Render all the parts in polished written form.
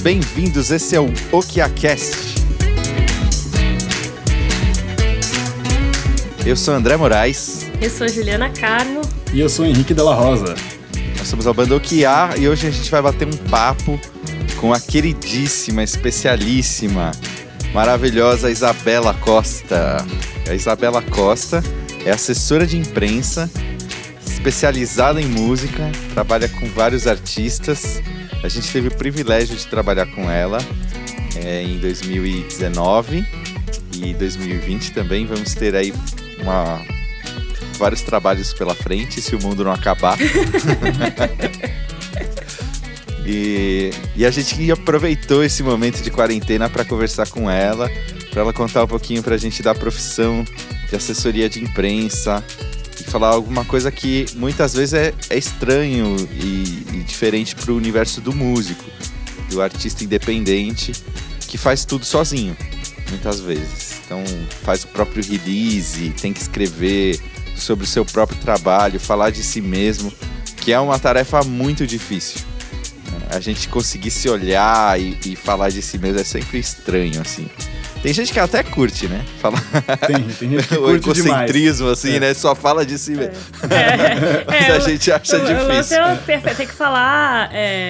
bem-vindos, esse é o OkiaCast. Eu sou André Moraes. Eu sou Juliana Carmo. E eu sou Henrique Della Rosa. Nós somos a banda Okia e hoje a gente vai bater um papo com a queridíssima, especialíssima, maravilhosa Isabela Costa. A Isabela Costa é assessora de imprensa, especializada em música, trabalha com vários artistas. A gente teve o privilégio de trabalhar com ela em 2019 e 2020 também. Vamos ter aí vários trabalhos pela frente, se o mundo não acabar. E a gente aproveitou esse momento de quarentena para conversar com ela, para ela contar um pouquinho pra gente da profissão de assessoria de imprensa e falar alguma coisa que muitas vezes é estranho e diferente pro universo do músico, do artista independente, que faz tudo sozinho, muitas vezes. Então faz o próprio release, tem que escrever sobre o seu próprio trabalho, falar de si mesmo, que é uma tarefa muito difícil. A gente conseguir se olhar e falar de si mesmo é sempre estranho, assim. Tem gente que até curte, né? Fala... Tem gente que o curte egocentrismo, demais. assim, né? Só fala de si mesmo. Mas a gente acha difícil. Você tem que falar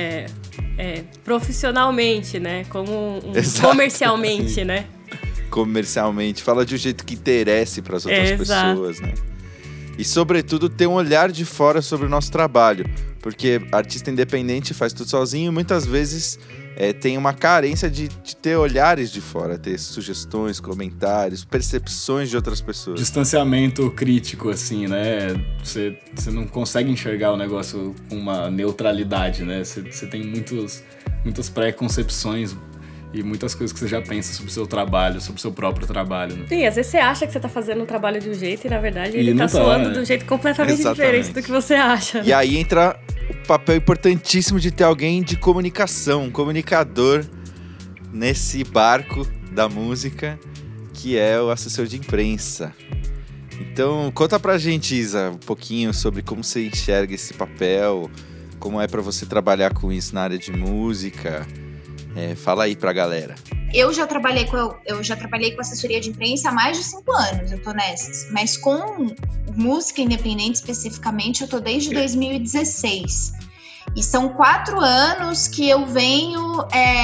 profissionalmente, né? Comercialmente, né? Comercialmente. Fala de um jeito que interesse para as outras pessoas, né? E, sobretudo, ter um olhar de fora sobre o nosso trabalho. Porque artista independente faz tudo sozinho e muitas vezes tem uma carência de ter olhares de fora, ter sugestões, comentários, percepções de outras pessoas. Distanciamento crítico, assim, né? Você não consegue enxergar o negócio com uma neutralidade, né? Você tem muitas pré-concepções e muitas coisas que você já pensa sobre o seu trabalho, sobre o seu próprio trabalho, né? Sim, às vezes você acha que você tá fazendo um trabalho de um jeito e, na verdade, ele tá soando de um jeito completamente diferente do que você acha. E aí entra o papel importantíssimo de ter alguém de comunicação, um comunicador nesse barco da música, que é o assessor de imprensa. Então, conta pra gente, Isa, um pouquinho sobre como você enxerga esse papel, como é pra você trabalhar com isso na área de música. Fala aí pra galera. Eu já trabalhei com assessoria de imprensa há mais de 5 anos, eu tô nessas. Mas com música independente especificamente, eu tô desde 2016. E são 4 anos que eu venho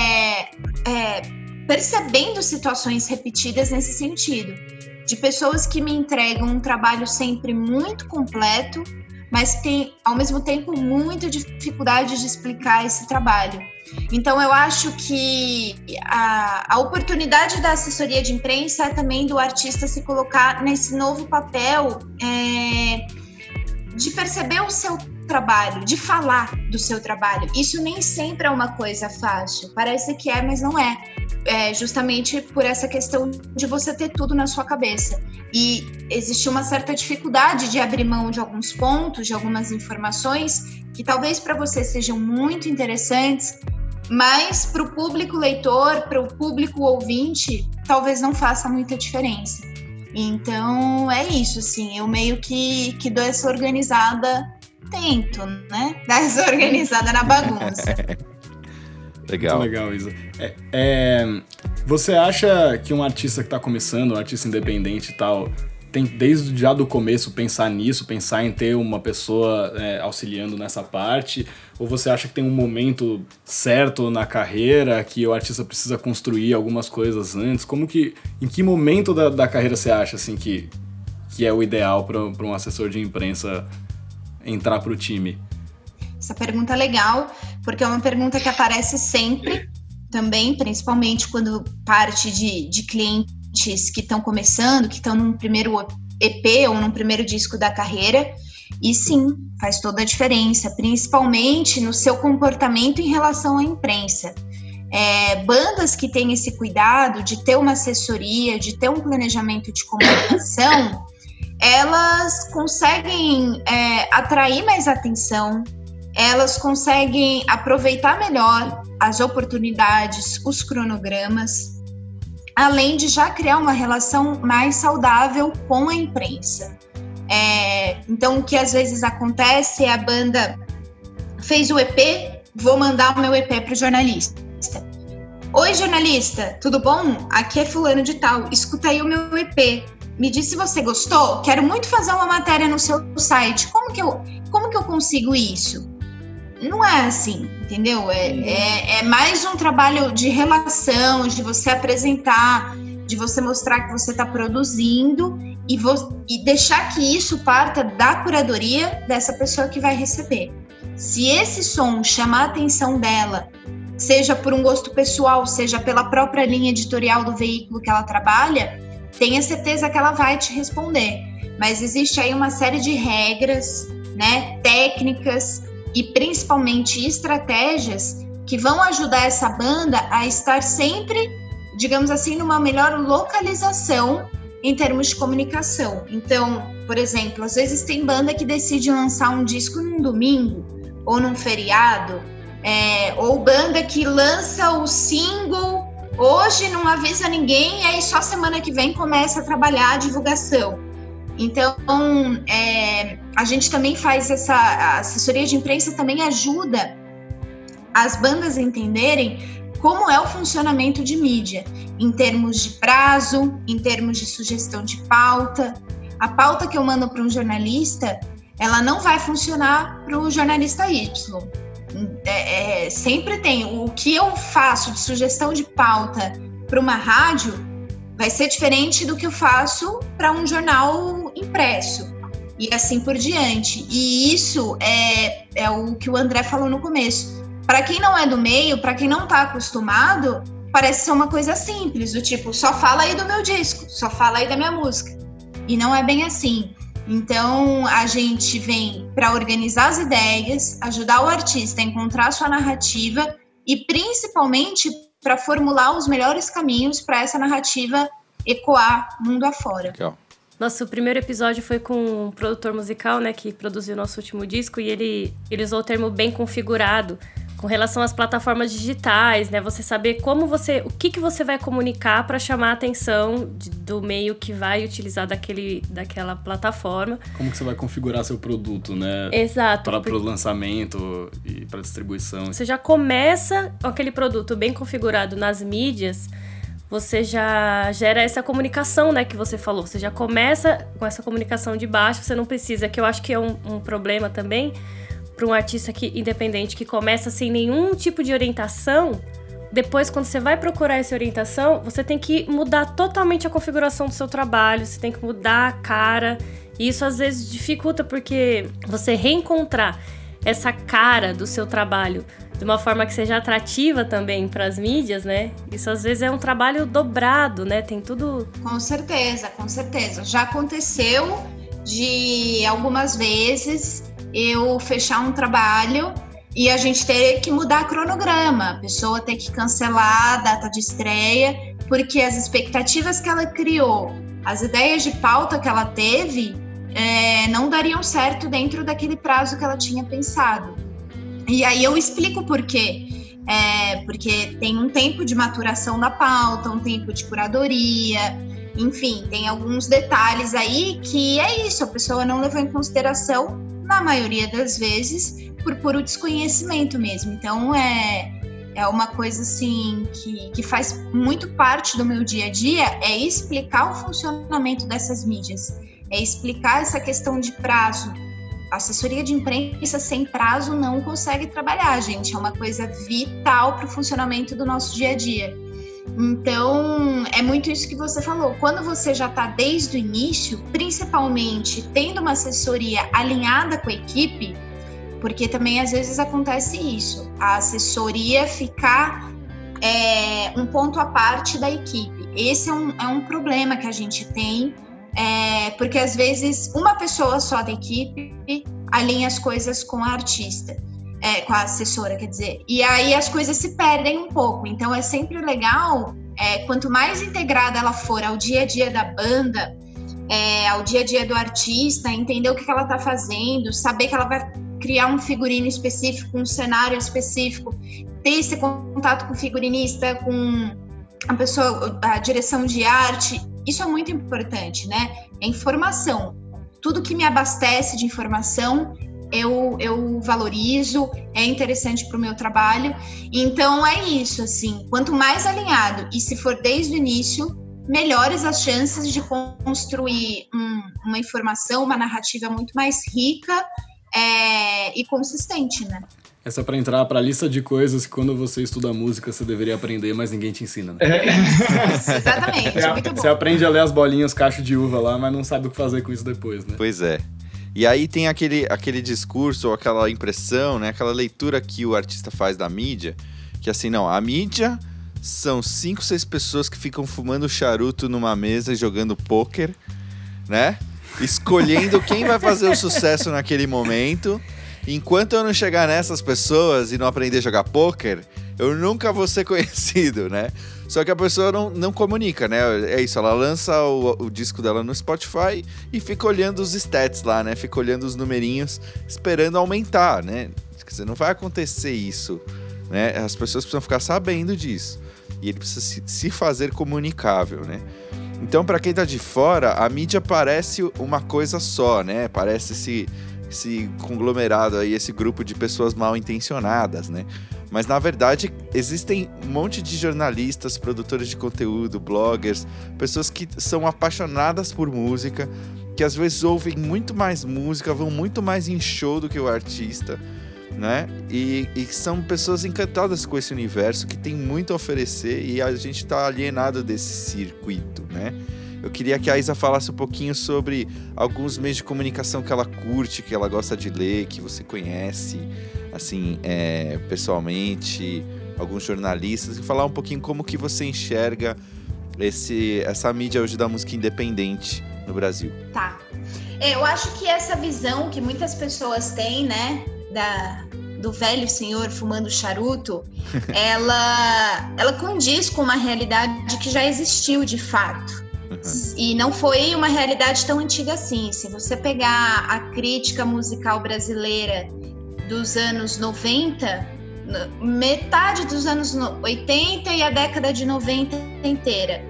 percebendo situações repetidas nesse sentido. De pessoas que me entregam um trabalho sempre muito completo, mas tem, ao mesmo tempo, muita dificuldade de explicar esse trabalho. Então, eu acho que a oportunidade da assessoria de imprensa é também do artista se colocar nesse novo papel de perceber o seu trabalho, de falar do seu trabalho. Isso nem sempre é uma coisa fácil. Parece que é, mas não é. Justamente por essa questão de você ter tudo na sua cabeça. E existe uma certa dificuldade de abrir mão de alguns pontos, de algumas informações que talvez para você sejam muito interessantes, mas para o público leitor, para o público ouvinte, talvez não faça muita diferença. Então é isso, assim, eu meio que dou essa organizada, tento, né? Dar essa organizada na bagunça. Legal. Muito legal, Isa. Você acha que um artista que está começando, um artista independente e tal, tem desde já do começo pensar nisso, pensar em ter uma pessoa auxiliando nessa parte? Ou você acha que tem um momento certo na carreira que o artista precisa construir algumas coisas antes? Em que momento da carreira você acha assim, que é o ideal para um assessor de imprensa entrar para o time? Essa pergunta é legal, porque é uma pergunta que aparece sempre também, principalmente quando parte de clientes que estão começando, que estão num primeiro EP ou num primeiro disco da carreira. E sim, faz toda a diferença, principalmente no seu comportamento em relação à imprensa. Bandas que têm esse cuidado de ter uma assessoria, de ter um planejamento de comunicação, elas conseguem atrair mais atenção, elas conseguem aproveitar melhor as oportunidades, os cronogramas, além de já criar uma relação mais saudável com a imprensa. Então, o que às vezes acontece é a banda fez o EP, vou mandar o meu EP para o jornalista. Oi, jornalista, tudo bom? Aqui é fulano de tal, escuta aí o meu EP. Me diz se você gostou, quero muito fazer uma matéria no seu site. Como que eu consigo isso? Não é assim, entendeu? É mais um trabalho de relação, de você apresentar, de você mostrar que você está produzindo e deixar que isso parta da curadoria dessa pessoa que vai receber. Se esse som chamar a atenção dela, seja por um gosto pessoal, seja pela própria linha editorial do veículo que ela trabalha, tenha certeza que ela vai te responder. Mas existe aí uma série de regras, né, técnicas e principalmente estratégias que vão ajudar essa banda a estar sempre, digamos assim, numa melhor localização em termos de comunicação. Então, por exemplo, às vezes tem banda que decide lançar um disco num domingo ou num feriado, ou banda que lança o single hoje, não avisa ninguém, e aí só semana que vem começa a trabalhar a divulgação. Então, a gente também faz a assessoria de imprensa também ajuda as bandas a entenderem como é o funcionamento de mídia, em termos de prazo, em termos de sugestão de pauta. A pauta que eu mando para um jornalista, ela não vai funcionar para o jornalista Y. Sempre tem. O que eu faço de sugestão de pauta para uma rádio vai ser diferente do que eu faço para um jornal impresso e assim por diante. E isso é o que o André falou no começo. Para quem não é do meio, para quem não está acostumado, parece ser uma coisa simples, do tipo, só fala aí do meu disco, só fala aí da minha música. E não é bem assim. Então, a gente vem para organizar as ideias, ajudar o artista a encontrar a sua narrativa e, principalmente, para formular os melhores caminhos para essa narrativa ecoar mundo afora. Legal. Nosso primeiro episódio foi com um produtor musical, né, que produziu o nosso último disco, e ele usou o termo bem configurado com relação às plataformas digitais, né? Você saber o que você vai comunicar para chamar a atenção do meio que vai utilizar daquela plataforma. Como que você vai configurar seu produto, né? Exato. Para o lançamento e para distribuição. Você já começa com aquele produto bem configurado nas mídias, você já gera essa comunicação, né, que você falou. Você já começa com essa comunicação de baixo, você não precisa, que eu acho que é um problema também, para um artista independente que começa sem nenhum tipo de orientação. Depois, quando você vai procurar essa orientação, você tem que mudar totalmente a configuração do seu trabalho, você tem que mudar a cara, e isso às vezes dificulta, porque você reencontrar essa cara do seu trabalho de uma forma que seja atrativa também para as mídias, né? Isso às vezes é um trabalho dobrado, né? Tem tudo... Com certeza, com certeza. Já aconteceu de algumas vezes eu fechar um trabalho e a gente ter que mudar cronograma, a pessoa ter que cancelar a data de estreia, porque as expectativas que ela criou, as ideias de pauta que ela teve, não dariam certo dentro daquele prazo que ela tinha pensado. E aí eu explico por quê. Porque tem um tempo de maturação da pauta, um tempo de curadoria, enfim, tem alguns detalhes aí que é isso, a pessoa não levou em consideração, na maioria das vezes, por puro desconhecimento mesmo. Então, é uma coisa, assim, que faz muito parte do meu dia a dia, é explicar o funcionamento dessas mídias, é explicar essa questão de prazo. A assessoria de imprensa sem prazo não consegue trabalhar, gente. É uma coisa vital para o funcionamento do nosso dia a dia. Então, é muito isso que você falou. Quando você já está desde o início, principalmente tendo uma assessoria alinhada com a equipe, porque também às vezes acontece isso, a assessoria ficar um ponto à parte da equipe. Esse é um problema que a gente tem, porque às vezes uma pessoa só da equipe alinha as coisas com a artista. Com a assessora, quer dizer. E aí as coisas se perdem um pouco. Então é sempre legal, quanto mais integrada ela for ao dia a dia da banda, ao dia a dia do artista, entender o que ela está fazendo, saber que ela vai criar um figurino específico, um cenário específico, ter esse contato com o figurinista, com a pessoa, a direção de arte. Isso é muito importante, né? É informação. Tudo que me abastece de informação eu valorizo, é interessante para o meu trabalho. Então é isso, assim, quanto mais alinhado, e se for desde o início, melhores as chances de construir uma informação, uma narrativa muito mais rica e consistente, né? Essa é pra entrar pra lista de coisas que quando você estuda música você deveria aprender, mas ninguém te ensina, né? Exatamente, muito bom. Você aprende a ler as bolinhas cacho de uva lá, mas não sabe o que fazer com isso depois, né? Pois é. E aí tem aquele discurso, ou aquela impressão, né? Aquela leitura que o artista faz da mídia, que assim, não, a mídia são 5, 6 pessoas que ficam fumando charuto numa mesa e jogando pôquer, né? Escolhendo quem vai fazer o sucesso naquele momento. Enquanto eu não chegar nessas pessoas e não aprender a jogar pôquer, eu nunca vou ser conhecido, né? Só que a pessoa não comunica, né? É isso, ela lança o disco dela no Spotify e fica olhando os stats lá, né? Fica olhando os numerinhos, esperando aumentar, né? Quer dizer, não vai acontecer isso, né? As pessoas precisam ficar sabendo disso. E ele precisa se fazer comunicável, né? Então, para quem tá de fora, a mídia parece uma coisa só, né? Parece esse conglomerado aí, esse grupo de pessoas mal intencionadas, né? Mas, na verdade, existem um monte de jornalistas, produtores de conteúdo, bloggers, pessoas que são apaixonadas por música, que às vezes ouvem muito mais música, vão muito mais em show do que o artista, né? E são pessoas encantadas com esse universo, que tem muito a oferecer e a gente tá alienado desse circuito, né? Eu queria que a Isa falasse um pouquinho sobre alguns meios de comunicação que ela curte, que ela gosta de ler, que você conhece, assim, pessoalmente, alguns jornalistas, e falar um pouquinho como que você enxerga essa mídia hoje da música independente no Brasil. Tá. Eu acho que essa visão que muitas pessoas têm, né, do velho senhor fumando charuto, ela condiz com uma realidade que já existiu de fato. E não foi uma realidade tão antiga assim. Se você pegar a crítica musical brasileira dos anos 90, metade dos anos 80 e a década de 90 inteira,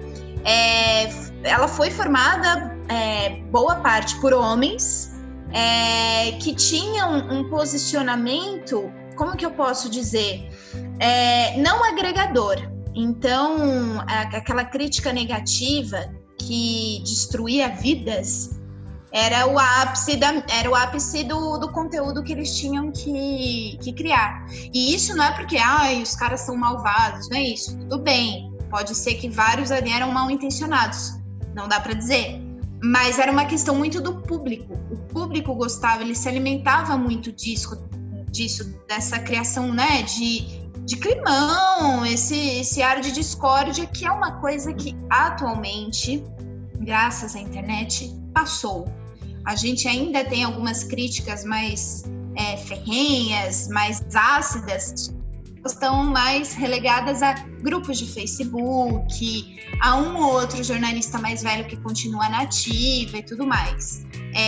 ela foi formada, boa parte, por homens que tinham um posicionamento, como que eu posso dizer, não agregador. Então, aquela crítica negativa que destruía vidas era o ápice do conteúdo que eles tinham que criar. E isso não é porque os caras são malvados, não é isso. Tudo bem, pode ser que vários ali eram mal intencionados, não dá para dizer. Mas era uma questão muito do público. O público gostava, ele se alimentava muito disso, dessa criação, né, de climão, esse ar de discórdia, que é uma coisa que atualmente, graças à internet, passou. A gente ainda tem algumas críticas mais ferrenhas, mais ácidas, estão mais relegadas a grupos de Facebook, a um ou outro jornalista mais velho que continua na ativa e tudo mais.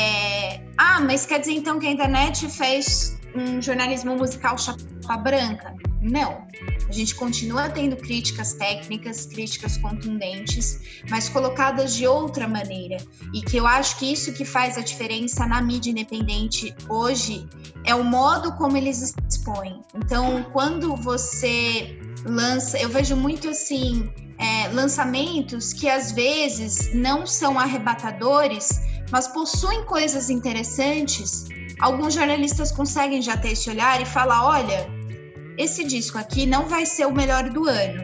Mas quer dizer então que a internet fez um jornalismo musical chapa branca? Não. A gente continua tendo críticas técnicas, críticas contundentes, mas colocadas de outra maneira. E que eu acho que isso que faz a diferença na mídia independente hoje é o modo como eles expõem. Então, quando você lança, eu vejo muito assim, lançamentos que às vezes não são arrebatadores, mas possuem coisas interessantes. Alguns jornalistas conseguem já ter esse olhar e falar, olha, esse disco aqui não vai ser o melhor do ano,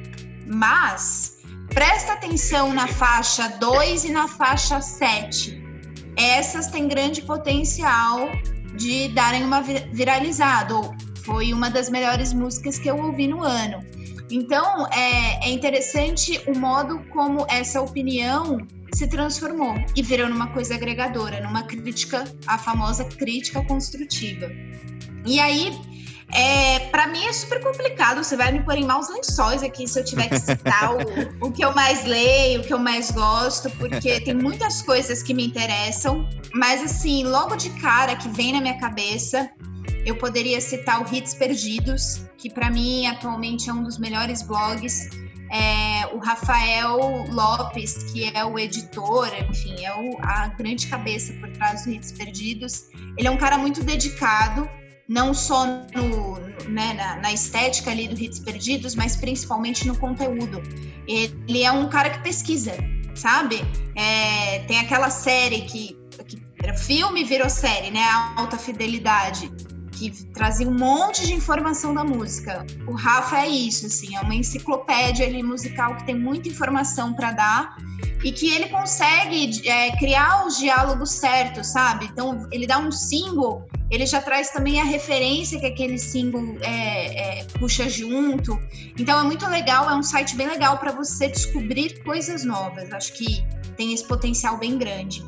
mas presta atenção na faixa 2 e na faixa 7. Essas têm grande potencial de darem uma viralizada, ou foi uma das melhores músicas que eu ouvi no ano. Então, é interessante o modo como essa opinião se transformou e virou numa coisa agregadora, numa crítica, a famosa crítica construtiva. E aí, para mim é super complicado, você vai me pôr em maus lençóis aqui se eu tiver que citar o que eu mais leio, o que eu mais gosto, porque tem muitas coisas que me interessam, mas assim, logo de cara que vem na minha cabeça, eu poderia citar o Hits Perdidos, que para mim atualmente é um dos melhores blogs o Rafael Lopes, que é o editor, enfim, a grande cabeça por trás do Hits Perdidos. Ele é um cara muito dedicado, não só na estética ali do Hits Perdidos, mas principalmente no conteúdo. Ele é um cara que pesquisa, sabe? Tem aquela série que era filme, virou série, né? A Alta Fidelidade, que trazia um monte de informação da música. O Rafa é isso, assim, é uma enciclopédia ali musical que tem muita informação para dar e que ele consegue criar os diálogos certos, sabe? Então, ele dá um single, ele já traz também a referência que aquele single puxa junto. Então, é muito legal, é um site bem legal para você descobrir coisas novas. Acho que tem esse potencial bem grande.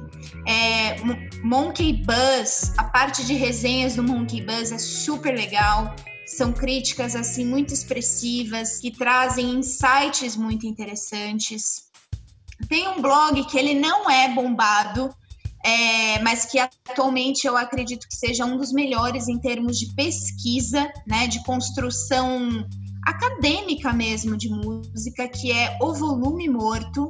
Monkey Buzz, a parte de resenhas do Monkey Buzz é super legal. São críticas assim muito expressivas, que trazem insights muito interessantes. Tem um blog que ele não é bombado, mas que atualmente eu acredito que seja um dos melhores em termos de pesquisa, né, de construção acadêmica mesmo de música, que é O Volume Morto.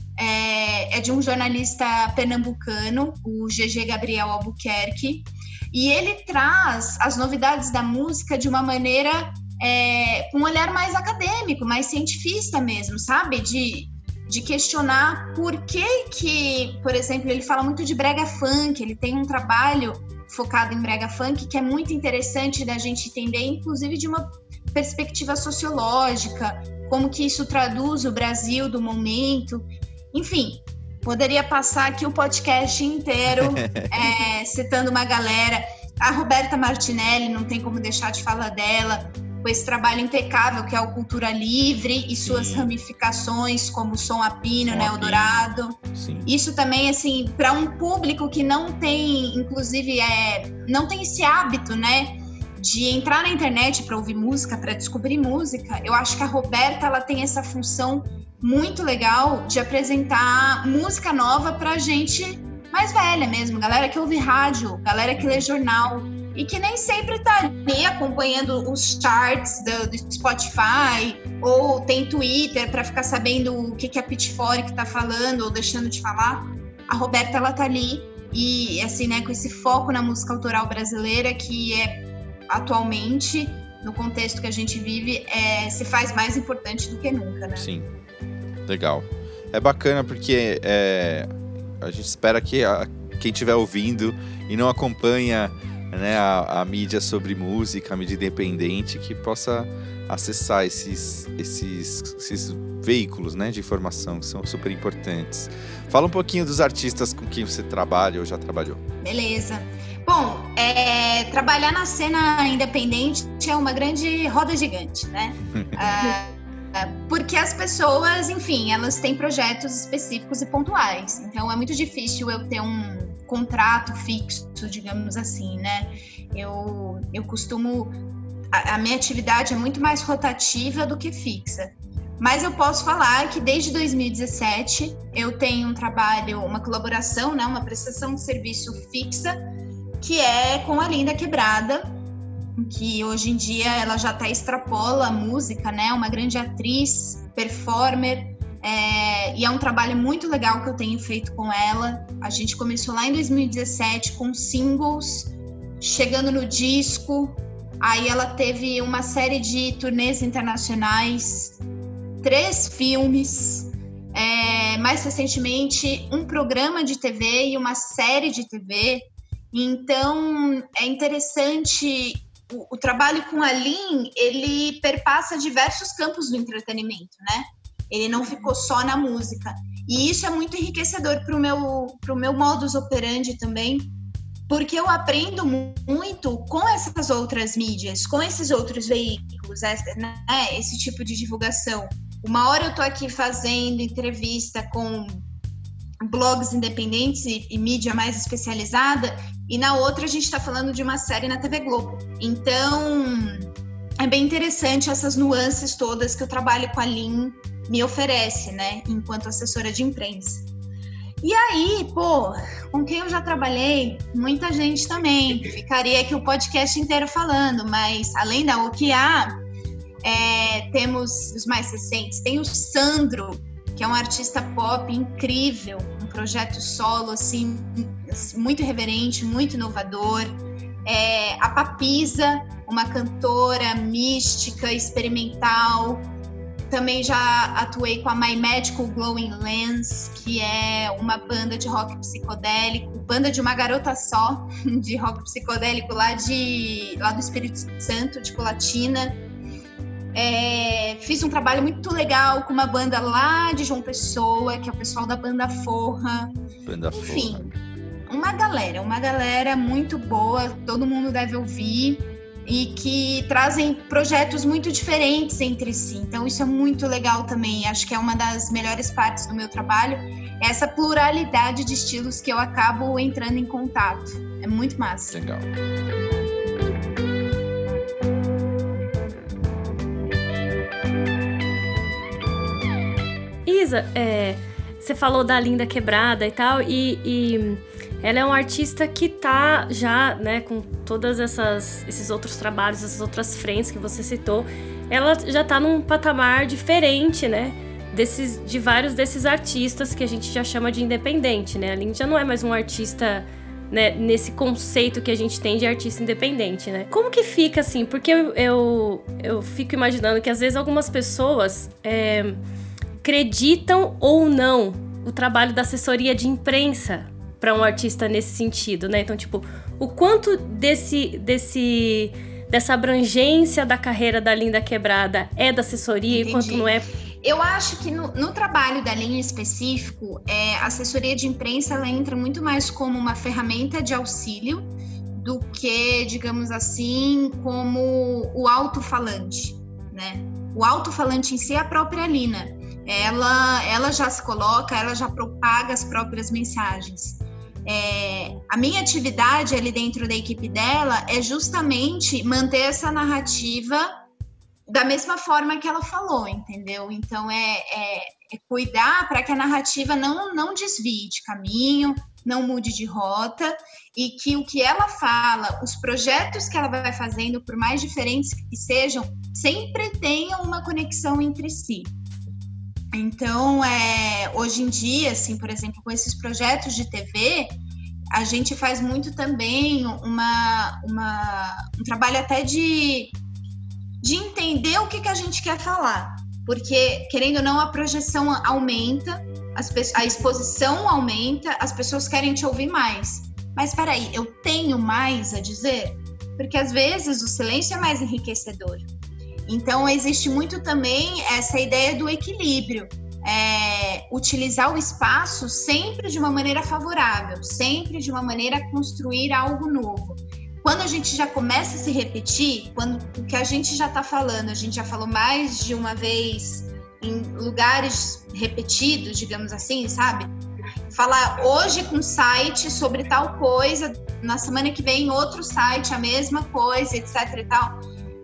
É de um jornalista pernambucano, o GG Gabriel Albuquerque, e ele traz as novidades da música de uma maneira com um olhar mais acadêmico, mais cientifista mesmo, sabe? De questionar por que, por exemplo, ele fala muito de brega funk, ele tem um trabalho focado em brega funk que é muito interessante da gente entender, inclusive de uma perspectiva sociológica, como que isso traduz o Brasil do momento. Enfim, poderia passar aqui o podcast inteiro citando uma galera. A Roberta Martinelli, não tem como deixar de falar dela, com esse trabalho impecável que é o Cultura Livre e suas ramificações, como o Som Apino, né, Eldorado. Isso também, assim, para um público que não tem, inclusive, não tem esse hábito, né, de entrar na internet para ouvir música, para descobrir música, eu acho que a Roberta ela tem essa função muito legal de apresentar música nova pra gente mais velha mesmo, galera que ouve rádio, galera que lê jornal e que nem sempre tá ali acompanhando os charts do Spotify ou tem Twitter para ficar sabendo o que a Pitchfork tá falando ou deixando de falar. A Roberta, ela tá ali e, assim, né, com esse foco na música autoral brasileira que atualmente, no contexto que a gente vive, se faz mais importante do que nunca, né? Sim. Legal. É bacana porque a gente espera que quem estiver ouvindo e não acompanha, né, a mídia sobre música, a mídia independente, que possa acessar esses veículos, né, de informação que são super importantes. Fala um pouquinho dos artistas com quem você trabalha ou já trabalhou. Beleza. Bom, trabalhar na cena independente é uma grande roda gigante, né? Porque as pessoas, enfim, elas têm projetos específicos e pontuais. Então, é muito difícil eu ter um contrato fixo, digamos assim, né? Eu costumo... A minha atividade é muito mais rotativa do que fixa. Mas eu posso falar que desde 2017 eu tenho um trabalho, uma colaboração, né? Uma prestação de serviço fixa, que é com a Linda Quebrada, que hoje em dia ela já até extrapola a música, né? Uma grande atriz, performer, e é um trabalho muito legal que eu tenho feito com ela. A gente começou lá em 2017 com singles, chegando no disco, aí ela teve uma série de turnês internacionais, 3 filmes, mais recentemente um programa de TV e uma série de TV. Então, é interessante... O trabalho com a Lin, ele perpassa diversos campos do entretenimento, né? Ele não ficou só na música. E isso é muito enriquecedor pro meu modus operandi também, porque eu aprendo muito com essas outras mídias, com esses outros veículos, né? Esse tipo de divulgação. Uma hora eu tô aqui fazendo entrevista com blogs independentes e mídia mais especializada, e na outra a gente está falando de uma série na TV Globo. Então, é bem interessante essas nuances todas que o trabalho com a Lin me oferece, né, enquanto assessora de imprensa. E aí, com quem eu já trabalhei, muita gente também. Ficaria aqui o podcast inteiro falando, mas além da OKA, Temos os mais recentes, tem o Sandro, que é um artista pop incrível, um projeto solo, assim, muito irreverente, muito inovador. A Papisa, uma cantora mística, experimental. Também já atuei com a My Magical Glowing Lens, que é uma banda de rock psicodélico, banda de uma garota só, de rock psicodélico lá do Espírito Santo, de Colatina. Fiz um trabalho muito legal com uma banda lá de João Pessoa, que é o pessoal da Banda Forra. Enfim, uma galera muito boa, todo mundo deve ouvir, e que trazem projetos muito diferentes entre si. Então isso é muito legal também. Acho que é uma das melhores partes do meu trabalho, essa pluralidade de estilos que eu acabo entrando em contato. É muito massa. Legal. Isa, você falou da Linda Quebrada e tal, e ela é uma artista que tá já, né, com todas esses outros trabalhos, essas outras frentes que você citou, ela já tá num patamar diferente, né, de vários desses artistas que a gente já chama de independente, né? A Linda já não é mais um artista, né, nesse conceito que a gente tem de artista independente, né? Como que fica, assim? Porque eu fico imaginando que às vezes algumas pessoas acreditam ou não o trabalho da assessoria de imprensa para um artista nesse sentido, né? Então, tipo, o quanto dessa abrangência da carreira da Linda Quebrada é da assessoria. Entendi. E quanto não é... Eu acho que no trabalho da Linda em específico, a assessoria de imprensa ela entra muito mais como uma ferramenta de auxílio do que, digamos assim, como o alto-falante, né? O alto-falante em si é a própria Lina. Ela já se coloca, ela já propaga as próprias mensagens. A minha atividade ali dentro da equipe dela é justamente manter essa narrativa da mesma forma que ela falou, entendeu? Então, cuidar para que a narrativa não desvie de caminho, não mude de rota, e que o que ela fala, os projetos que ela vai fazendo, por mais diferentes que sejam, sempre tenham uma conexão entre si. Então, hoje em dia, assim, por exemplo, com esses projetos de TV, a gente faz muito também um trabalho até de entender o que a gente quer falar. Porque, querendo ou não, a projeção aumenta, a exposição aumenta, as pessoas querem te ouvir mais. Mas, peraí, eu tenho mais a dizer? Porque, às vezes, o silêncio é mais enriquecedor. Então, existe muito também essa ideia do equilíbrio. Utilizar o espaço sempre de uma maneira favorável, sempre de uma maneira a construir algo novo. Quando a gente já começa a se repetir, quando o que a gente já está falando, a gente já falou mais de uma vez em lugares repetidos, digamos assim, sabe? Falar hoje com site sobre tal coisa, na semana que vem outro site, a mesma coisa, etc e tal.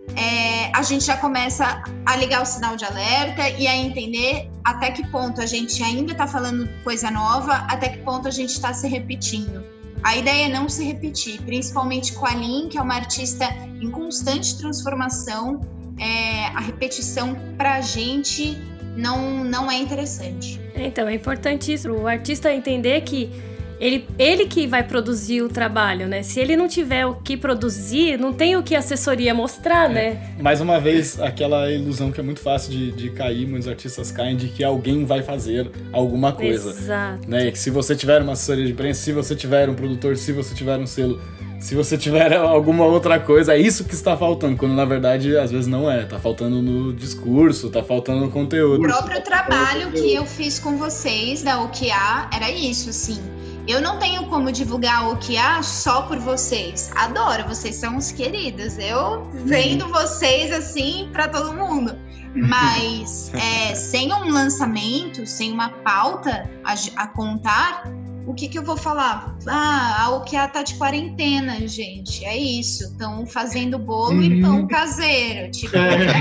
A gente já começa a ligar o sinal de alerta e a entender até que ponto a gente ainda está falando coisa nova, até que ponto a gente está se repetindo. A ideia é não se repetir, principalmente com a Lin, que é uma artista em constante transformação. A repetição pra gente não é interessante. Então, é importante isso, o artista entender que ele que vai produzir o trabalho, né? Se ele não tiver o que produzir, não tem o que a assessoria mostrar, né? Mais uma vez, aquela ilusão que é muito fácil de cair, muitos artistas caem, de que alguém vai fazer alguma coisa. Exato. Né? Que se você tiver uma assessoria de imprensa, se você tiver um produtor, se você tiver um selo, se você tiver alguma outra coisa, é isso que está faltando, quando na verdade às vezes não é. Tá faltando no discurso, tá faltando no conteúdo. O próprio trabalho que eu fiz com vocês da OKA era isso, assim. Eu não tenho como divulgar o OKA só por vocês. Adoro, vocês são os queridos. Eu vendo vocês assim para todo mundo. Mas sem um lançamento, sem uma pauta a contar, o que eu vou falar? A OKA tá de quarentena, gente. É isso. Estão fazendo bolo e pão caseiro. Tipo,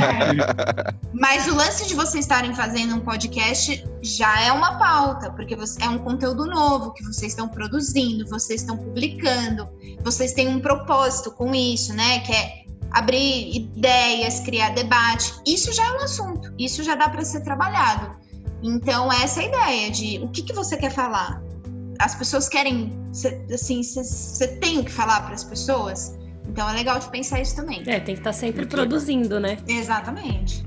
Mas o lance de vocês estarem fazendo um podcast já é uma pauta, porque é um conteúdo novo que vocês estão produzindo, vocês estão publicando, vocês têm um propósito com isso, né? Que é abrir ideias, criar debate. Isso já é um assunto, isso já dá para ser trabalhado. Então, essa é a ideia de o que você quer falar. As pessoas querem, assim, você tem o que falar para as pessoas? Então, é legal de pensar isso também. Tem que estar sempre produzindo, né? Exatamente.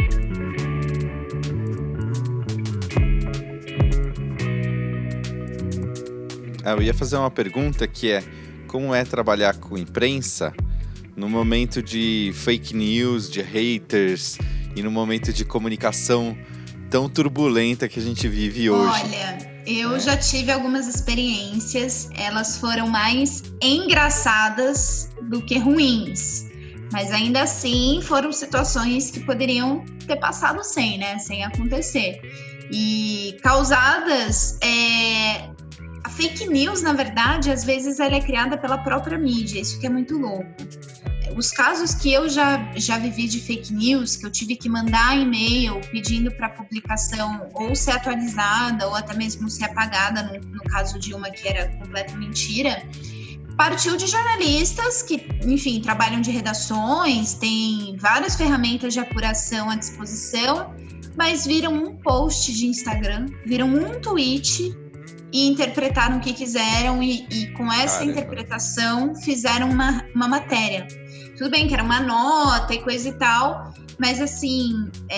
Eu ia fazer uma pergunta que é: como é trabalhar com imprensa no momento de fake news, de haters e no momento de comunicação tão turbulenta que a gente vive hoje? Olha, eu já tive algumas experiências, elas foram mais engraçadas do que ruins, mas ainda assim foram situações que poderiam ter passado sem acontecer. E causadas... A fake news, na verdade, às vezes ela é criada pela própria mídia, isso que é muito louco. Os casos que eu já vivi de fake news, que eu tive que mandar e-mail pedindo para publicação ou ser atualizada ou até mesmo ser apagada, no caso de uma que era completa mentira, partiu de jornalistas que, enfim, trabalham de redações, têm várias ferramentas de apuração à disposição, mas viram um post de Instagram, viram um tweet e interpretaram o que quiseram e com essa interpretação fizeram uma matéria. Tudo bem que era uma nota e coisa e tal, mas assim,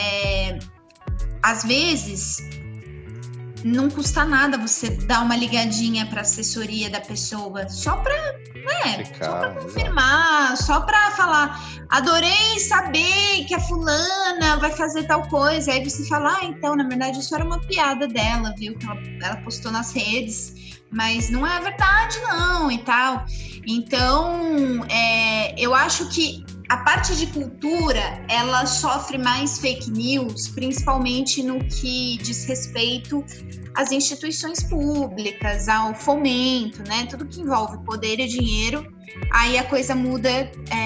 às vezes não custa nada você dar uma ligadinha para a assessoria da pessoa, só para confirmar, só para falar, adorei saber que a fulana vai fazer tal coisa, aí você fala, então, na verdade isso era uma piada dela, viu, que ela postou nas redes, mas não é verdade não, e tal. Então, eu acho que a parte de cultura, ela sofre mais fake news, principalmente no que diz respeito às instituições públicas, ao fomento, né? Tudo que envolve poder e dinheiro, aí a coisa muda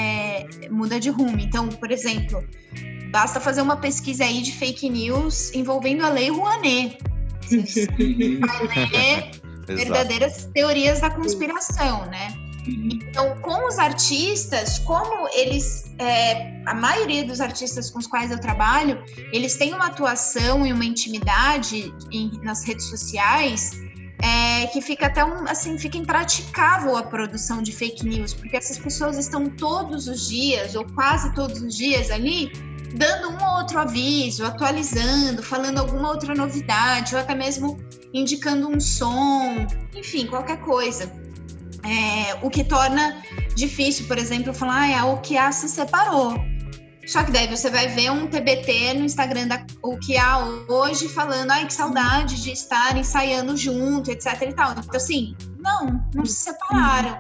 de rumo. Então, por exemplo, basta fazer uma pesquisa aí de fake news envolvendo a Lei Rouanet. Você vai ler verdadeiras teorias da conspiração, né? Então, com os artistas, como eles, a maioria dos artistas com os quais eu trabalho, eles têm uma atuação e uma intimidade nas redes sociais que fica até fica impraticável a produção de fake news, porque essas pessoas estão todos os dias, ou quase todos os dias ali, dando um ou outro aviso, atualizando, falando alguma outra novidade, ou até mesmo indicando um som, enfim, qualquer coisa. O que torna difícil, por exemplo, falar a OKA se separou. Só que daí você vai ver um TBT no Instagram da OKA hoje falando, que saudade de estar ensaiando junto, etc e tal. Então, assim, não se separaram.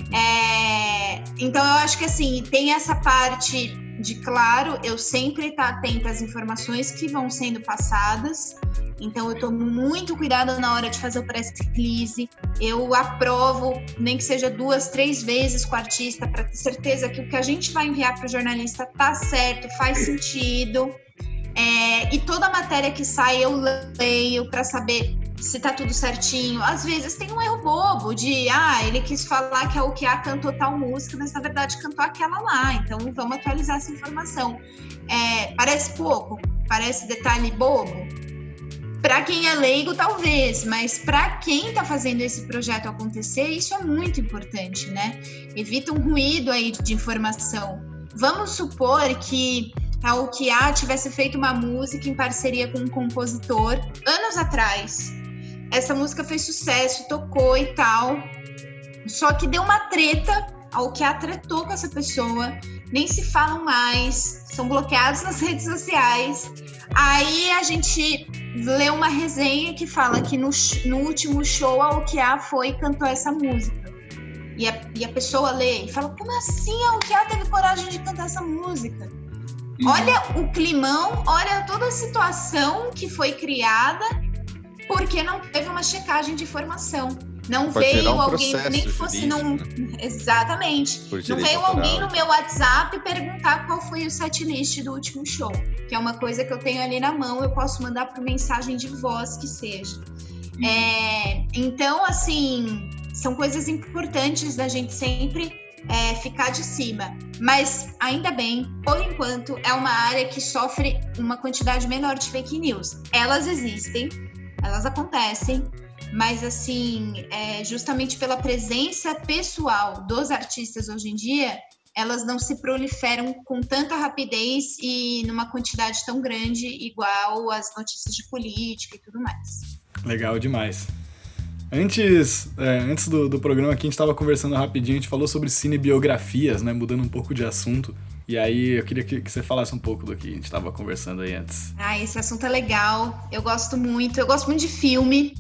Então, eu acho que, assim, tem essa parte de, claro, eu sempre estar atenta às informações que vão sendo passadas. Então, eu tomo muito cuidado na hora de fazer o press release. Eu aprovo, nem que seja 2, 3 vezes com o artista, para ter certeza que o que a gente vai enviar para o jornalista tá certo, faz sentido. E toda matéria que sai eu leio para saber se tá tudo certinho. Às vezes tem um erro bobo de, ele quis falar que a OKA cantou tal música, mas na verdade cantou aquela lá. Então, vamos atualizar essa informação. Parece pouco? Parece detalhe bobo? Para quem é leigo, talvez, mas para quem está fazendo esse projeto acontecer, isso é muito importante, né? Evita um ruído aí de informação. Vamos supor que a OKA tivesse feito uma música em parceria com um compositor anos atrás. Essa música fez sucesso, tocou e tal, só que deu uma treta, a OKA tretou com essa pessoa, nem se falam mais, são bloqueados nas redes sociais. Aí a gente lê uma resenha que fala que no último show a OKA foi e cantou essa música. E a pessoa lê e fala, como assim a OKA teve coragem de cantar essa música? Olha o climão, olha toda a situação que foi criada porque não teve uma checagem de informação. Não veio alguém, nem que fosse Exatamente. Não veio alguém no meu WhatsApp perguntar qual foi o setlist do último show, que é uma coisa que eu tenho ali na mão, eu posso mandar por mensagem de voz que seja. Então, assim, são coisas importantes da gente sempre ficar de cima. Mas, ainda bem, por enquanto, é uma área que sofre uma quantidade menor de fake news. Elas existem, elas acontecem, mas, assim, justamente pela presença pessoal dos artistas hoje em dia, elas não se proliferam com tanta rapidez e numa quantidade tão grande, igual as notícias de política e tudo mais. Legal demais. Antes do programa aqui, a gente estava conversando rapidinho, a gente falou sobre cinebiografias, né, mudando um pouco de assunto. E aí eu queria que você falasse um pouco do que a gente estava conversando aí antes. Esse assunto é legal, eu gosto muito de filme.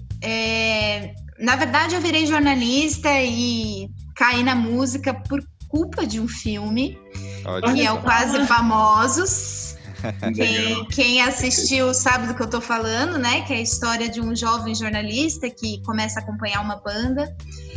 Na verdade, eu virei jornalista e caí na música por culpa de um filme, que é o Quase Famosos. Quem assistiu sabe do que eu tô falando, né? Que é a história de um jovem jornalista que começa a acompanhar uma banda.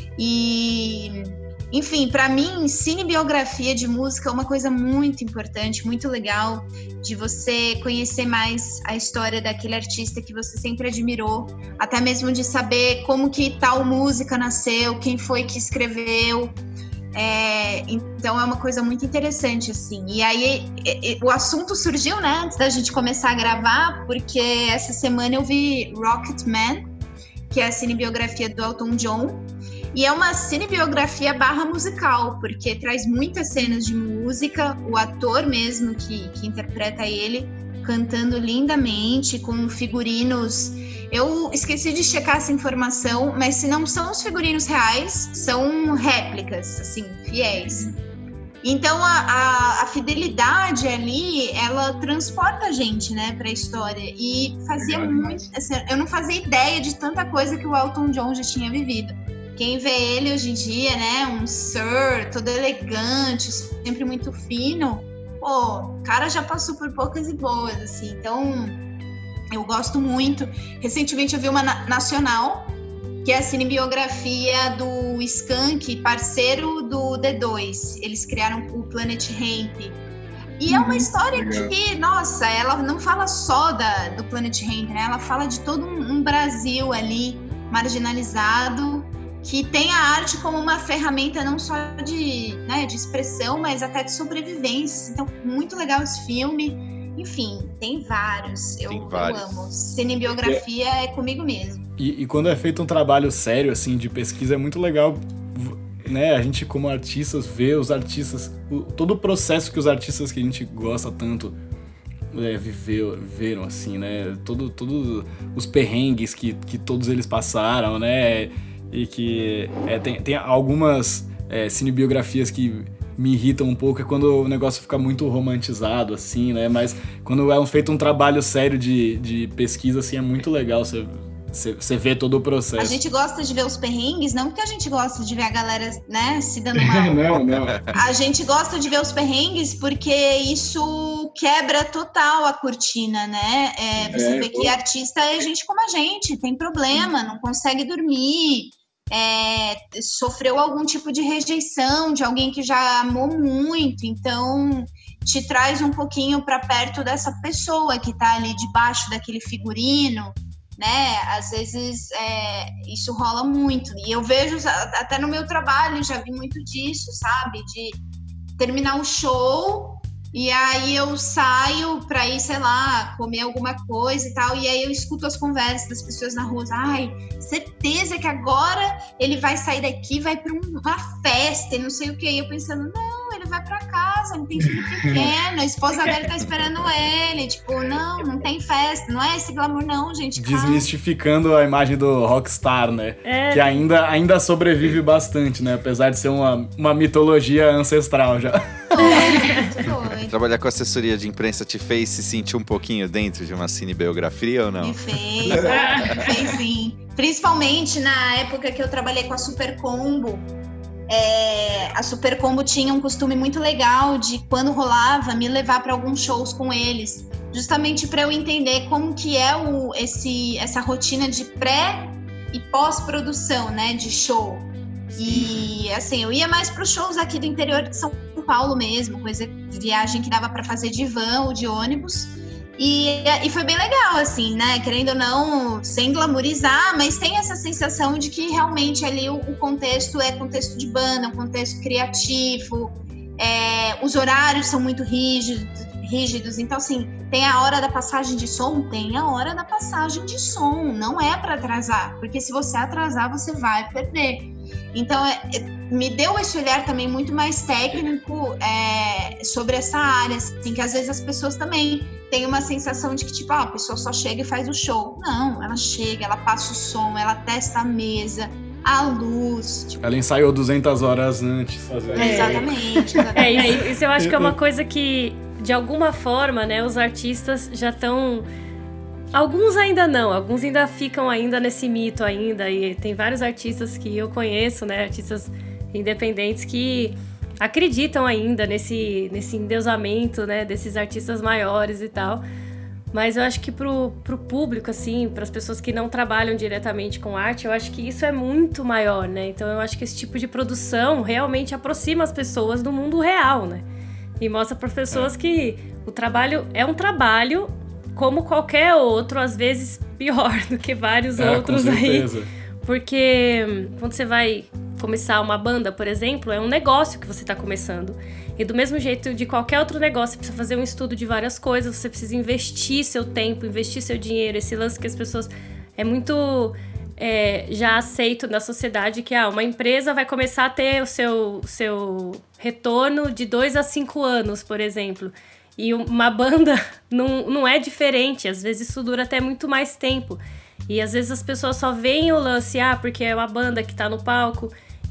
E, enfim, para mim, cinebiografia de música é uma coisa muito importante, muito legal, de você conhecer mais a história daquele artista que você sempre admirou, até mesmo de saber como que tal música nasceu, quem foi que escreveu. Então é uma coisa muito interessante, assim. E aí o assunto surgiu, né, antes da gente começar a gravar, porque essa semana eu vi Rocketman, que é a cinebiografia do Elton John, e é uma cinebiografia /musical, porque traz muitas cenas de música, o ator mesmo que interpreta ele cantando lindamente, com figurinos. Eu esqueci de checar essa informação, mas se não são os figurinos reais, são réplicas, assim, fiéis. Então, a fidelidade ali, ela transporta a gente, né, pra história. E fazia muito... Assim, eu não fazia ideia de tanta coisa que o Elton John já tinha vivido. Quem vê ele hoje em dia, né, um sir, todo elegante, sempre muito fino, o cara já passou por poucas e boas, assim. Então... eu gosto muito. Recentemente eu vi uma nacional, que é a cinebiografia do Skank, parceiro do D2. Eles criaram o Planet Hemp. E é uma história que, nossa, ela não fala só do Planet Hemp, né? Ela fala de todo um Brasil ali, marginalizado, que tem a arte como uma ferramenta não só de expressão, mas até de sobrevivência. Então, muito legal esse filme. Enfim, tem vários. Eu amo. Cinebiografia é comigo mesmo. E quando é feito um trabalho sério, assim, de pesquisa, é muito legal, né? A gente, como artistas, vê os artistas... todo o processo que os artistas que a gente gosta tanto viveram, assim, né? Todos os perrengues que todos eles passaram, né? E que tem algumas cinebiografias que... me irritam um pouco, é quando o negócio fica muito romantizado, assim, né? Mas quando é feito um trabalho sério de pesquisa, assim, é muito legal você ver todo o processo. A gente gosta de ver os perrengues, não porque a gente gosta de ver a galera, né, se dando mal. Não. A gente gosta de ver os perrengues porque isso quebra total a cortina, né? Você vê que artista é gente como a gente, tem problema, não consegue dormir, sofreu algum tipo de rejeição de alguém que já amou muito, então te traz um pouquinho para perto dessa pessoa que tá ali debaixo daquele figurino, né? Às vezes isso rola muito, e eu vejo até no meu trabalho, já vi muito disso, sabe? De terminar o show e aí eu saio pra ir, sei lá, comer alguma coisa e tal, e aí eu escuto as conversas das pessoas na rua. Ai, certeza que agora ele vai sair daqui, vai pra uma festa e não sei o que. E eu pensando, não, ele vai pra casa, ele tem filho pequeno, a esposa dele tá esperando ele. Tipo, não tem festa, não é esse glamour não, gente. Desmistificando a imagem do rockstar, né? Que ainda sobrevive bastante, né? Apesar de ser uma mitologia ancestral já. Trabalhar com assessoria de imprensa te fez se sentir um pouquinho dentro de uma cinebiografia ou não? Me fez sim. Principalmente na época que eu trabalhei com a Super Combo. A Super Combo tinha um costume muito legal de, quando rolava, me levar para alguns shows com eles, justamente para eu entender como que é essa rotina de pré e pós-produção, né, de show. E assim, eu ia mais para os shows aqui do interior de São Paulo mesmo, viagem que dava para fazer de van ou de ônibus. E foi bem legal, assim, né? Querendo ou não, sem glamorizar, mas tem essa sensação de que realmente ali o contexto é contexto de banda, um contexto criativo, os horários são muito rígidos, então assim, tem a hora da passagem de som, não é para atrasar, porque se você atrasar, você vai perder. Então, me deu esse olhar também muito mais técnico sobre essa área, assim, que às vezes as pessoas também têm uma sensação de que, tipo, a pessoa só chega e faz o show. Não, ela chega, ela passa o som, ela testa a mesa, a luz. Tipo... Ela ensaiou 200 horas antes. Exatamente. Isso eu acho que é uma coisa que, de alguma forma, né, os artistas já estão... Alguns ainda não, alguns ainda ficam ainda nesse mito ainda, e tem vários artistas que eu conheço, né, artistas independentes que acreditam ainda nesse endeusamento, né, desses artistas maiores e tal, mas eu acho que pro público, assim, para as pessoas que não trabalham diretamente com arte, eu acho que isso é muito maior, né, então eu acho que esse tipo de produção realmente aproxima as pessoas do mundo real, né, e mostra para as pessoas que o trabalho é um trabalho como qualquer outro, às vezes pior do que vários outros aí. Porque quando você vai começar uma banda, por exemplo, é um negócio que você está começando. E do mesmo jeito de qualquer outro negócio, você precisa fazer um estudo de várias coisas, você precisa investir seu tempo, investir seu dinheiro. Esse lance que as pessoas... É muito já aceito na sociedade que uma empresa vai começar a ter o seu retorno de 2 a 5 anos, por exemplo. E uma banda não é diferente, às vezes isso dura até muito mais tempo. E às vezes as pessoas só veem o lance, porque é uma banda que tá no palco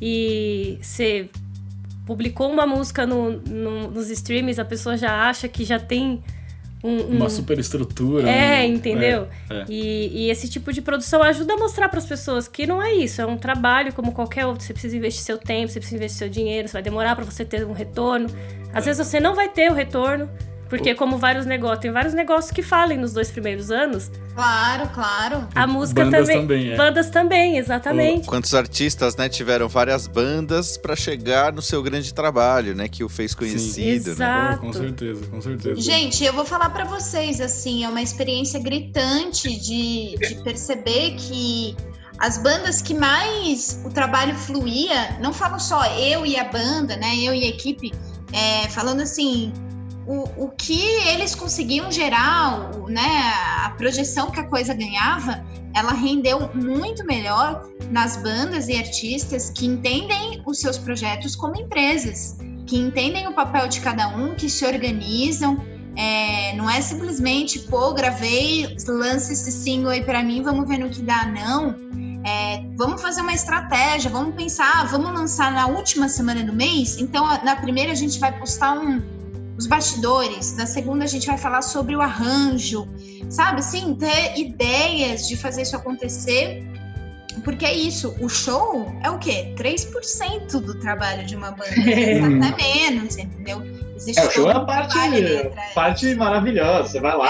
e você publicou uma música nos streams, a pessoa já acha que já tem uma superestrutura. Entendeu? E esse tipo de produção ajuda a mostrar para as pessoas que não é isso, é um trabalho como qualquer outro. Você precisa investir seu tempo, você precisa investir seu dinheiro, você vai demorar para você ter um retorno. Às vezes você não vai ter o retorno, porque como vários negócios, tem vários negócios que falem nos 2 primeiros anos. Claro. A música também. Bandas também, exatamente. Quantos artistas, né, tiveram várias bandas para chegar no seu grande trabalho, né, que o fez conhecido. Exato. Com certeza. Gente, eu vou falar para vocês, assim, é uma experiência gritante de perceber que as bandas que mais o trabalho fluía, não falo só eu e a banda, né, eu e a equipe, falando assim... O que eles conseguiam gerar, né, a projeção que a coisa ganhava, ela rendeu muito melhor nas bandas e artistas que entendem os seus projetos como empresas, que entendem o papel de cada um, que se organizam. Não é simplesmente, gravei, lance esse single aí pra mim, vamos ver no que dá, não. Vamos fazer uma estratégia, vamos pensar, vamos lançar na última semana do mês, então na primeira a gente vai postar os bastidores, na segunda a gente vai falar sobre o arranjo, sabe, assim, ter ideias de fazer isso acontecer, porque é isso, o show é o quê? 3% do trabalho de uma banda, até menos, entendeu? Existe o show é a parte maravilhosa, você vai lá,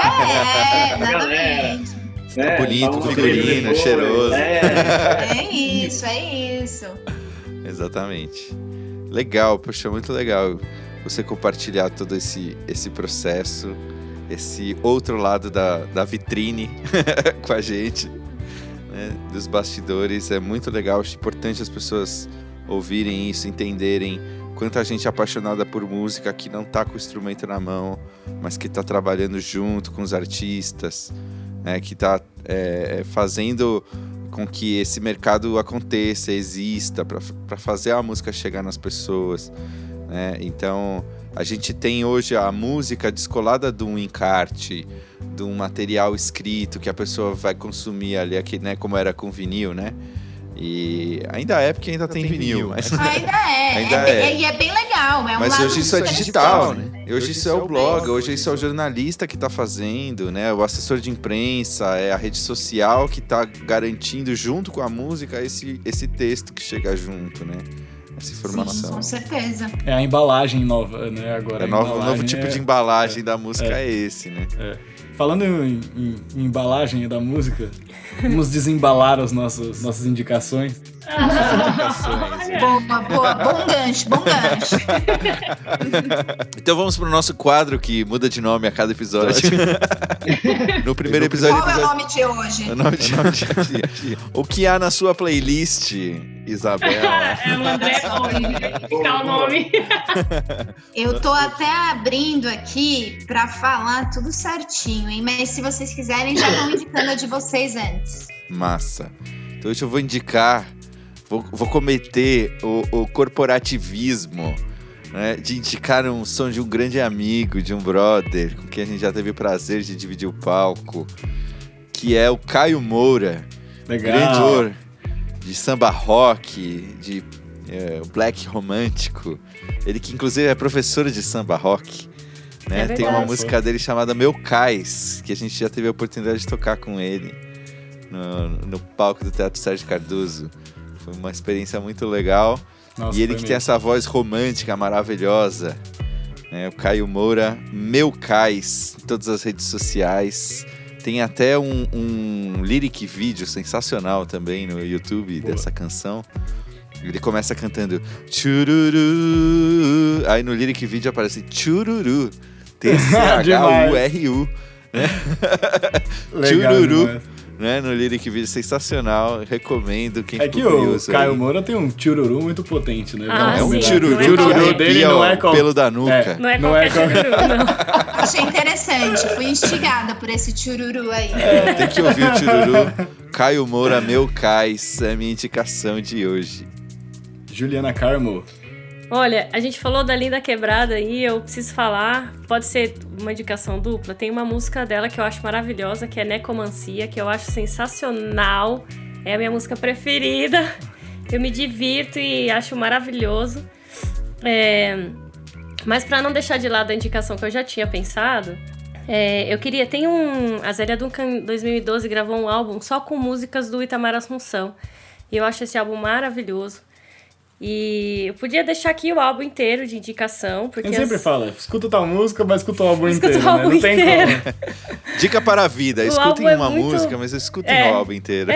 exatamente. Fica bonito, figurino, cheiroso. É isso. Exatamente. Legal, poxa, muito legal você compartilhar todo esse processo, esse outro lado da vitrine com a gente, né, dos bastidores. É muito legal, acho importante as pessoas ouvirem isso, entenderem quanta gente apaixonada por música que não tá com o instrumento na mão, mas que tá trabalhando junto com os artistas, né, que tá fazendo com que esse mercado aconteça, exista, para fazer a música chegar nas pessoas. Então a gente tem hoje a música descolada de um encarte, de um material escrito que a pessoa vai consumir ali, aqui, né, como era com vinil, né? E ainda é, porque ainda tem vinil. Mas... Ainda é. E é bem legal. Mas hoje isso é digital, né? Hoje isso é o blog, hoje isso é o jornalista que está fazendo, né? O assessor de imprensa, é a rede social que está garantindo, junto com a música, esse texto que chega junto, né? Essa informação. Sim, com certeza. É a embalagem nova, né? Agora, o novo tipo de embalagem da música é esse, né? Falando em embalagem da música, vamos desembalar as nossas indicações. Boa. Bom gancho. Então vamos pro nosso quadro que muda de nome a cada episódio. No primeiro episódio... Qual é o nome de hoje? O nome de hoje. O que há na sua playlist, Isabela? É o André ficar o nome. Eu tô até abrindo aqui pra falar tudo certinho, hein? Mas se vocês quiserem, já vão indicando a de vocês antes. Massa. Então hoje eu vou indicar, vou cometer o corporativismo, né, de indicar um som de um grande amigo, de um brother, com quem a gente já teve o prazer de dividir o palco, que é o Caio Moura. Legal. Grande de samba rock, de black romântico. Ele que inclusive é professor de samba rock. Né? Tem uma música dele chamada Meu Cais, que a gente já teve a oportunidade de tocar com ele no palco do Teatro Sérgio Cardoso. Foi uma experiência muito legal. Nossa, e ele que tem essa voz romântica maravilhosa, né? O Caio Moura, Meu Cais, em todas as redes sociais. Tem até um lyric vídeo sensacional também no YouTube dessa canção. Ele começa cantando Chururu. Aí no lyric vídeo aparece Chururu. T-C-H-U-R-U. Né? Chururu. Né? No lyric vídeo sensacional. Recomendo quem ficou curioso. O Caio Moura tem um chururu muito potente, né? É um chururu. O chururu dele não é pelo da nuca. Não é qualquer chururu, não. Achei interessante. Fui instigada por esse chururu aí. Tem que ouvir o chururu. Caio Moura, Meu Cais. É a minha indicação de hoje. Juliana Carmo. Olha, a gente falou da Linda Quebrada aí, eu preciso falar, pode ser uma indicação dupla, tem uma música dela que eu acho maravilhosa, que é Necomancia, que eu acho sensacional, é a minha música preferida, eu me divirto e acho maravilhoso. Mas pra não deixar de lado a indicação que eu já tinha pensado, eu queria, a Zélia Duncan em 2012 gravou um álbum só com músicas do Itamar Assunção, e eu acho esse álbum maravilhoso. E eu podia deixar aqui o álbum inteiro de indicação, porque... Eu sempre falo, escuta tal música, mas escuta o álbum inteiro, o álbum né? Não tem inteiro. como. Dica para a vida, escutem uma música, mas escutem o álbum inteiro.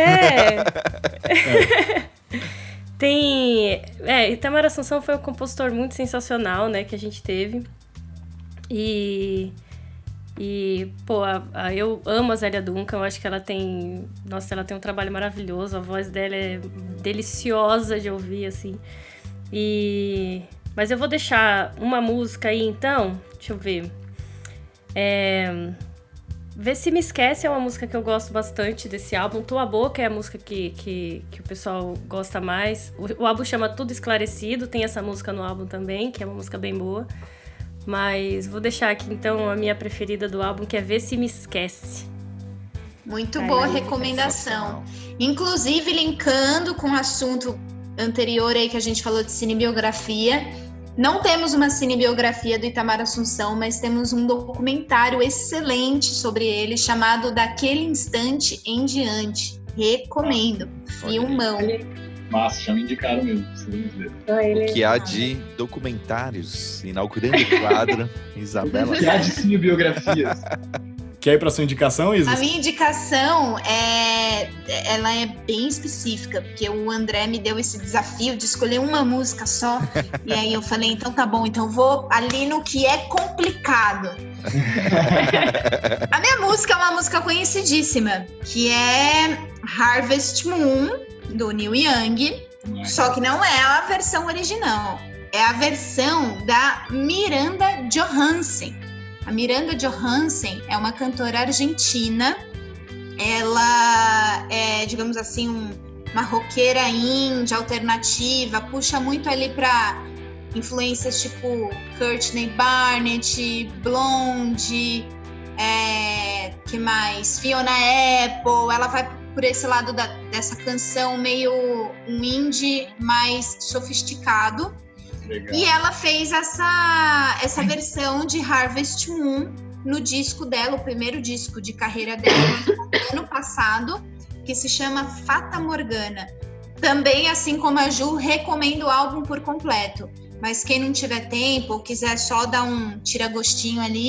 Tem... Itamar Assunção foi um compositor muito sensacional, né, que a gente teve. E pô, eu amo a Zélia Duncan, eu acho que ela tem... Nossa, ela tem um trabalho maravilhoso, a voz dela é deliciosa de ouvir, assim. Mas eu vou deixar uma música aí, então. Deixa eu ver. Vê Se Me Esquece é uma música que eu gosto bastante desse álbum. Tua Boca é a música que o pessoal gosta mais. O álbum chama Tudo Esclarecido, tem essa música no álbum também, que é uma música bem boa. Mas vou deixar aqui, então, a minha preferida do álbum, que é Vê Se Me Esquece. Muito boa recomendação. Inclusive, linkando com o assunto anterior aí que a gente falou de cinebiografia, não temos uma cinebiografia do Itamar Assunção, mas temos um documentário excelente sobre ele, chamado Daquele Instante em Diante. Recomendo. Filmão. Massa, já me indicaram mesmo, precisamos ver. O que há de documentários, inaugurando o quadro, Isabela. O que há de cinebiografias. Quer ir pra sua indicação, Isa? A minha indicação ela é bem específica, porque o André me deu esse desafio de escolher uma música só, e aí eu falei, então tá bom, então eu vou ali no que é complicado. A minha música é uma música conhecidíssima, que é Harvest Moon, do Neil Young, só que não é a versão original, é a versão da Miranda Johansen. A Miranda Johansen é uma cantora argentina, ela é, digamos assim, uma roqueira indie, alternativa, puxa muito ali para influências tipo Courtney Barnett, Blonde, que mais? Fiona Apple, ela vai por esse lado dessa canção meio um indie mais sofisticado. Legal. E ela fez essa versão de Harvest Moon no disco dela, o primeiro disco de carreira dela, ano passado, que se chama Fata Morgana. Também, assim como a Ju, recomendo o álbum por completo. Mas quem não tiver tempo ou quiser só dar um tira-gostinho ali,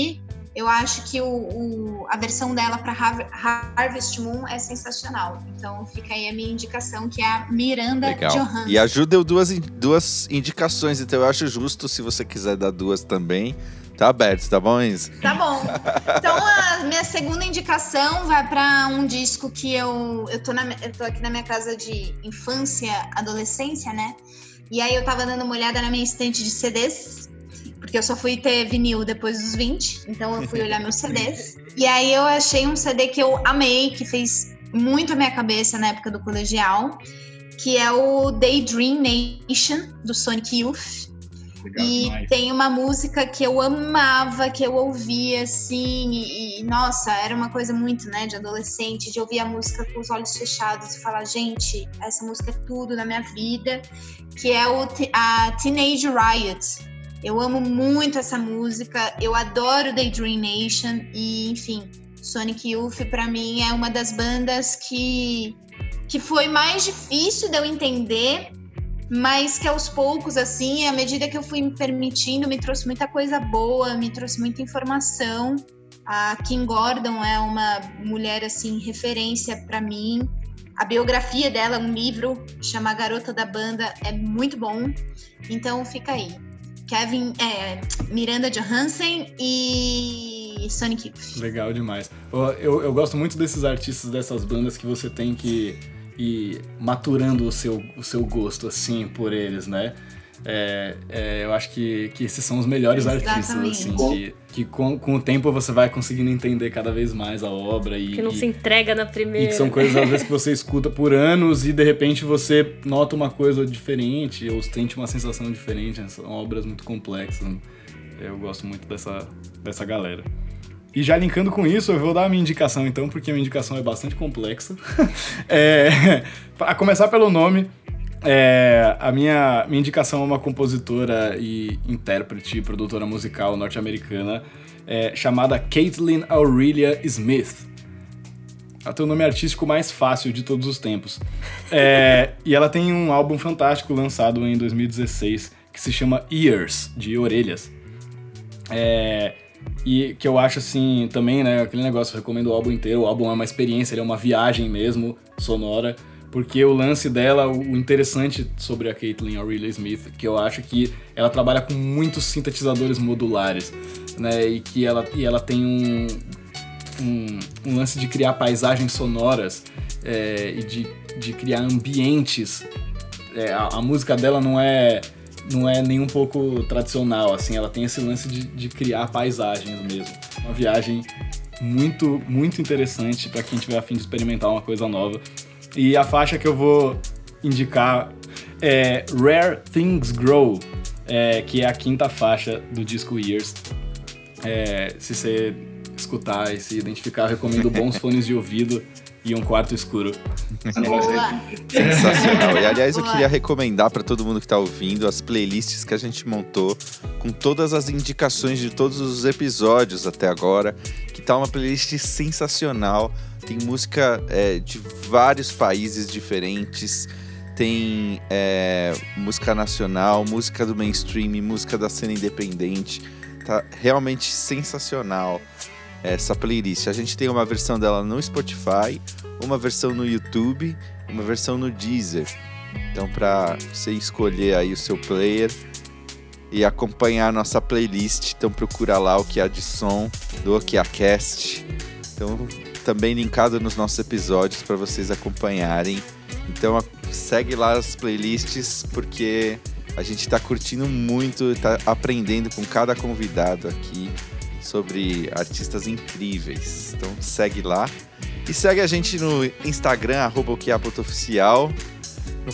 eu acho que a versão dela para Harvest Moon é sensacional. Então fica aí a minha indicação, que é a Miranda Johansson. E a Ju deu duas indicações, então eu acho justo, se você quiser dar duas também. Tá aberto, tá bom, Enzo? Tá bom. Então, a minha segunda indicação vai para um disco que eu tô aqui na minha casa de infância, adolescência, né? E aí eu tava dando uma olhada na minha estante de CDs, porque eu só fui ter vinil depois dos 20, então eu fui olhar meus CDs. E aí eu achei um CD que eu amei, que fez muito a minha cabeça na época do colegial, que é o Daydream Nation, do Sonic Youth. Legal, e demais. Tem uma música que eu amava, que eu ouvia assim, e nossa, era uma coisa muito, né, de adolescente, de ouvir a música com os olhos fechados e falar, gente, essa música é tudo na minha vida, que é a Teenage Riot. Eu amo muito essa música, eu adoro Daydream Nation e, enfim, Sonic Youth pra mim é uma das bandas que foi mais difícil de eu entender, mas que aos poucos, assim, à medida que eu fui me permitindo, me trouxe muita coisa boa, me trouxe muita informação. A Kim Gordon é uma mulher, assim, referência para mim. A biografia dela, um livro, chama A Garota da Banda, é muito bom. Então, fica aí. Miranda Johansson e Sonic Youth. Legal demais. Eu gosto muito desses artistas, dessas bandas que você tem que ir maturando o seu gosto, assim, por eles, né? Eu acho que esses são os melhores artistas, assim, que com o tempo você vai conseguindo entender cada vez mais a obra. Que não se entrega na primeira. E que são coisas, às vezes, que você escuta por anos e, de repente, você nota uma coisa diferente ou sente uma sensação diferente. São obras muito complexas. Eu gosto muito dessa galera. E já linkando com isso, eu vou dar a minha indicação, então, porque a minha indicação é bastante complexa. A começar pelo nome, a minha indicação é uma compositora e intérprete e produtora musical norte-americana chamada Caitlin Aurelia Smith. Ela tem o nome artístico mais fácil de todos os tempos. E ela tem um álbum fantástico lançado em 2016 que se chama Ears, de orelhas. E que eu acho, assim, também, né, aquele negócio, eu recomendo o álbum inteiro. O álbum é uma experiência, ele é uma viagem mesmo, sonora. Porque o lance dela, o interessante sobre a Caitlin Aurelia Smith, que eu acho que ela trabalha com muitos sintetizadores modulares, né, e que ela tem um lance de criar paisagens sonoras e de criar ambientes. A música dela não é nem um pouco tradicional, assim, ela tem esse lance de criar paisagens mesmo. Uma viagem muito, muito interessante para quem tiver a fim de experimentar uma coisa nova. E a faixa que eu vou indicar é Rare Things Grow, que é a 5ª faixa do disco Years. Se você escutar e se identificar, eu recomendo bons fones de ouvido e um quarto escuro. Boa! Sensacional. E, aliás, eu queria recomendar para todo mundo que tá ouvindo as playlists que a gente montou com todas as indicações de todos os episódios até agora, que tá uma playlist sensacional. Tem música de vários países diferentes, tem música nacional, música do mainstream, música da cena independente. Tá realmente sensacional essa playlist. A gente tem uma versão dela no Spotify, uma versão no YouTube, uma versão no Deezer. Então, para você escolher aí o seu player e acompanhar a nossa playlist, então procura lá o que há de som do OkiaCast. Então, também linkado nos nossos episódios para vocês acompanharem. Então, segue lá as playlists, porque a gente está curtindo muito, está aprendendo com cada convidado aqui sobre artistas incríveis. Então segue lá. E segue a gente no Instagram, @okia.oficial, no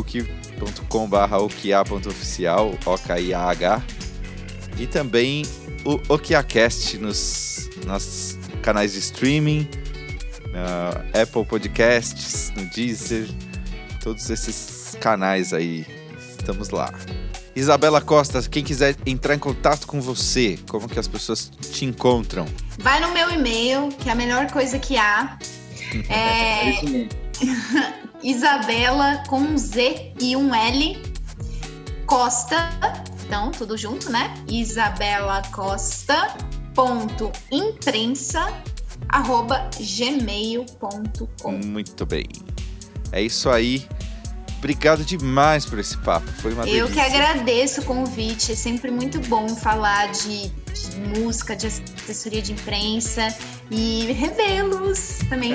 facebook.com/okia.oficial, OKIAH. E também o OkiaCast nos canais de streaming, Apple Podcasts, no Deezer, todos esses canais aí, estamos lá. Isabela Costa, quem quiser entrar em contato com você, como que as pessoas te encontram? Vai no meu e-mail, que é a melhor coisa que há. É isso mesmo. Isabela com um Z e um L Costa, então tudo junto, né? Isabela Costa @gmail.com. Muito bem. É isso aí. Obrigado demais por esse papo. Foi uma delícia. Eu que agradeço o convite. É sempre muito bom falar de música, de assessoria de imprensa e revê-los também.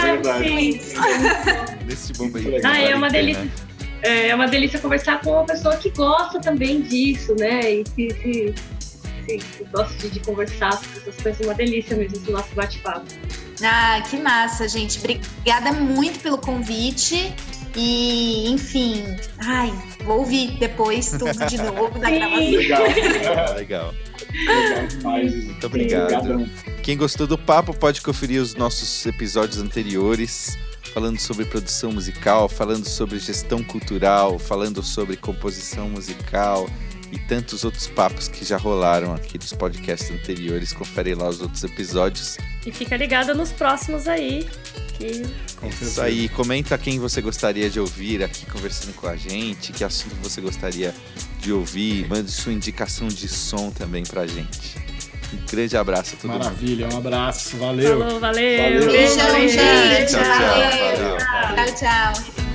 Nesse momento. É uma delícia. É uma delícia conversar com uma pessoa que gosta também disso, né? E que gosta de conversar sobre essas coisas. É uma delícia mesmo esse nosso bate-papo. Que massa, gente. Obrigada muito pelo convite. E, enfim, vou ouvir depois tudo de novo da gravação. Legal. Demais. Muito obrigado. Quem gostou do papo pode conferir os nossos episódios anteriores, falando sobre produção musical, falando sobre gestão cultural, falando sobre composição musical e tantos outros papos que já rolaram aqui dos podcasts anteriores. Confere lá os outros episódios. E fica ligado nos próximos aí. Isso aí, comenta quem você gostaria de ouvir aqui conversando com a gente, que assunto você gostaria de ouvir, mande sua indicação de som também pra gente. Um grande abraço a todo mundo. Maravilha, um abraço, valeu. Falou, valeu. Beijão, gente. Tchau, Valeu. valeu. Tchau, tchau.